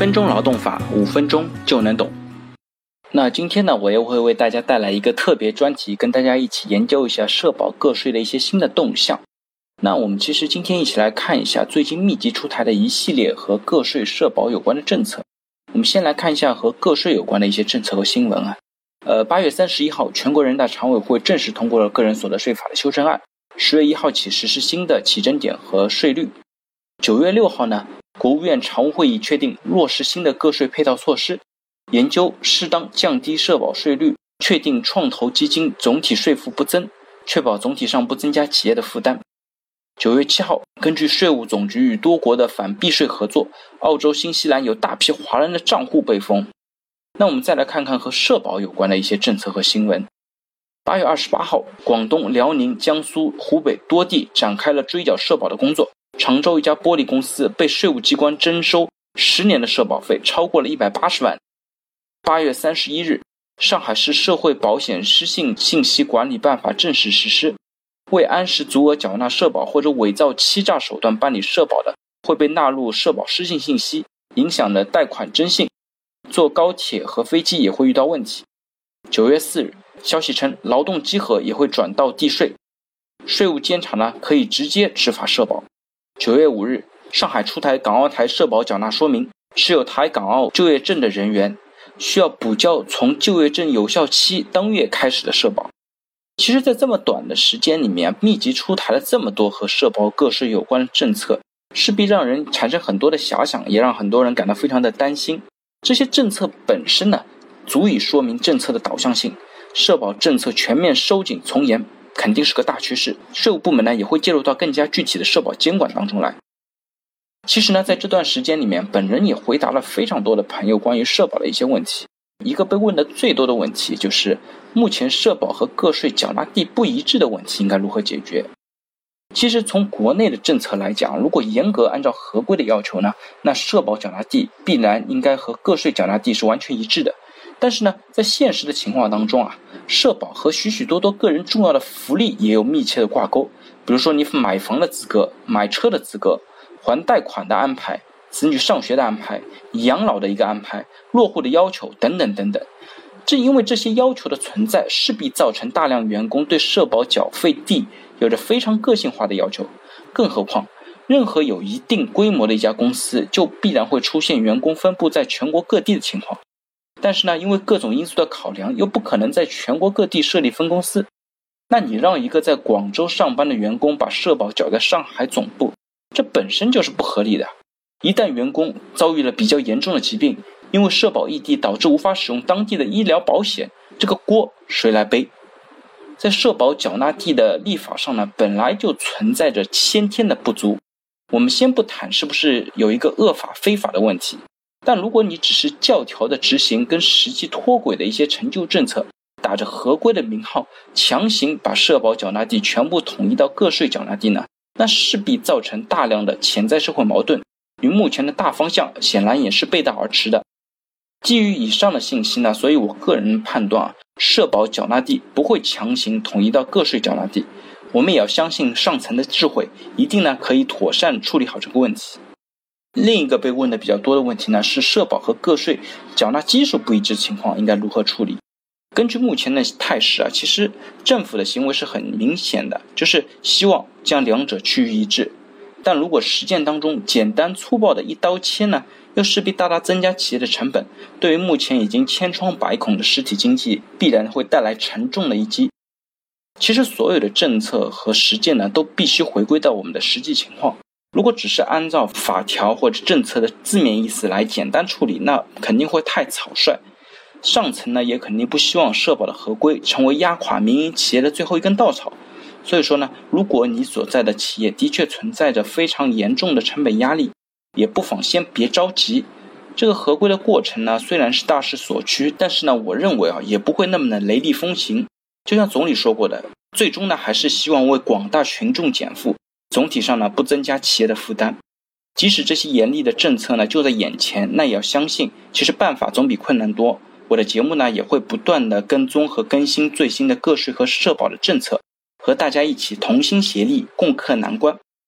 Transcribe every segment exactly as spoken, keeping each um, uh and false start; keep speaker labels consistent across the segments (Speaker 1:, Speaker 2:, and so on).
Speaker 1: 分钟劳动法，五分钟就能懂。那今天呢，我又会为大家带来一个特别专题，跟大家一起研究一下社保个税的一些新的动向。那我们其实今天一起来看一下最近密集出台的一系列和个税社保有关的政策。我们先来看一下和个税有关的一些政策和新闻啊。呃，八月三十一号，全国人大常委会正式通过了个人所得税法的修正案，十月一号起实施新的起征点和税率。九月六号呢，国务院常务会议确定落实新的个税配套措施，研究适当降低社保税率，确定创投基金总体税负不增，确保总体上不增加企业的负担。九月七号，根据税务总局与多国的反避税合作，澳洲、新西兰有大批华人的账户被封。那我们再来看看和社保有关的一些政策和新闻。八月二十八号，广东、辽宁、江苏、湖北多地展开了追缴社保的工作。常州一家玻璃公司被税务机关征收十年的社保费，超过了一百八十万。八月三十一日，上海市社会保险失信信息管理办法正式实施。未按时足额缴纳社保或者伪造欺诈手段办理社保的，会被纳入社保失信信息，影响了贷款征信。坐高铁和飞机也会遇到问题。九月四日，消息称劳动集合也会转到地税，税务监察呢可以直接执法社保。九月五日，上海出台港澳台社保缴纳说明，持有台港澳就业证的人员需要补交从就业证有效期当月开始的社保。其实在这么短的时间里面，密集出台了这么多和社保个税有关的政策，势必让人产生很多的遐想，也让很多人感到非常的担心。这些政策本身呢，足以说明政策的导向性。社保政策全面收紧从严肯定是个大趋势，税务部门呢也会介入到更加具体的社保监管当中来。其实呢，在这段时间里面，本人也回答了非常多的朋友关于社保的一些问题。一个被问的最多的问题就是，目前社保和个税缴纳地不一致的问题应该如何解决？其实从国内的政策来讲，如果严格按照合规的要求呢，那社保缴纳地必然应该和个税缴纳地是完全一致的。但是呢，在现实的情况当中啊，社保和许许多多个人重要的福利也有密切的挂钩。比如说你买房的资格、买车的资格、还贷款的安排、子女上学的安排、养老的一个安排、落户的要求等等等等。正因为这些要求的存在，势必造成大量员工对社保缴费地有着非常个性化的要求。更何况任何有一定规模的一家公司，就必然会出现员工分布在全国各地的情况。但是呢，因为各种因素的考量，又不可能在全国各地设立分公司。那你让一个在广州上班的员工把社保缴在上海总部，这本身就是不合理的。一旦员工遭遇了比较严重的疾病，因为社保异地导致无法使用当地的医疗保险，这个锅谁来背？在社保缴纳地的立法上呢，本来就存在着先天的不足。我们先不谈是不是有一个恶法非法的问题，但如果你只是教条的执行跟实际脱轨的一些陈旧政策，打着合规的名号，强行把社保缴纳地全部统一到个税缴纳地呢，那势必造成大量的潜在社会矛盾，与目前的大方向显然也是背道而驰的。基于以上的信息呢，所以我个人判断啊，社保缴纳地不会强行统一到个税缴纳地。我们也要相信上层的智慧，一定呢可以妥善处理好这个问题。另一个被问的比较多的问题呢，是社保和个税缴纳基数不一致情况应该如何处理？根据目前的态势啊，其实政府的行为是很明显的，就是希望将两者趋于一致。但如果实践当中简单粗暴的一刀切呢，又势必大大增加企业的成本，对于目前已经千疮百孔的实体经济必然会带来沉重的一击。其实所有的政策和实践呢，都必须回归到我们的实际情况。如果只是按照法条或者政策的字面意思来简单处理，那肯定会太草率。上层呢，也肯定不希望社保的合规成为压垮民营企业的最后一根稻草。所以说呢，如果你所在的企业的确存在着非常严重的成本压力，也不妨先别着急。这个合规的过程呢，虽然是大势所趋，但是呢，我认为啊，也不会那么的雷厉风行。就像总理说过的，最终呢，还是希望为广大群众减负，总体上呢，不增加企业的负担。即使这些严厉的政策呢就在眼前，那也要相信，其实办法总比困难多。我的节目呢，也会不断的跟踪和更新最新的个税和社保的政策，和大家一起同心协力，共克难关。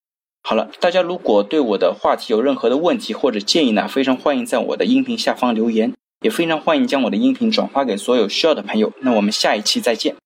Speaker 1: 好了，大家如果对我的话题有任何的问题或者建议呢，非常欢迎在我的音频下方留言，也非常欢迎将我的音频转发给所有需要的朋友。那我们下一期再见。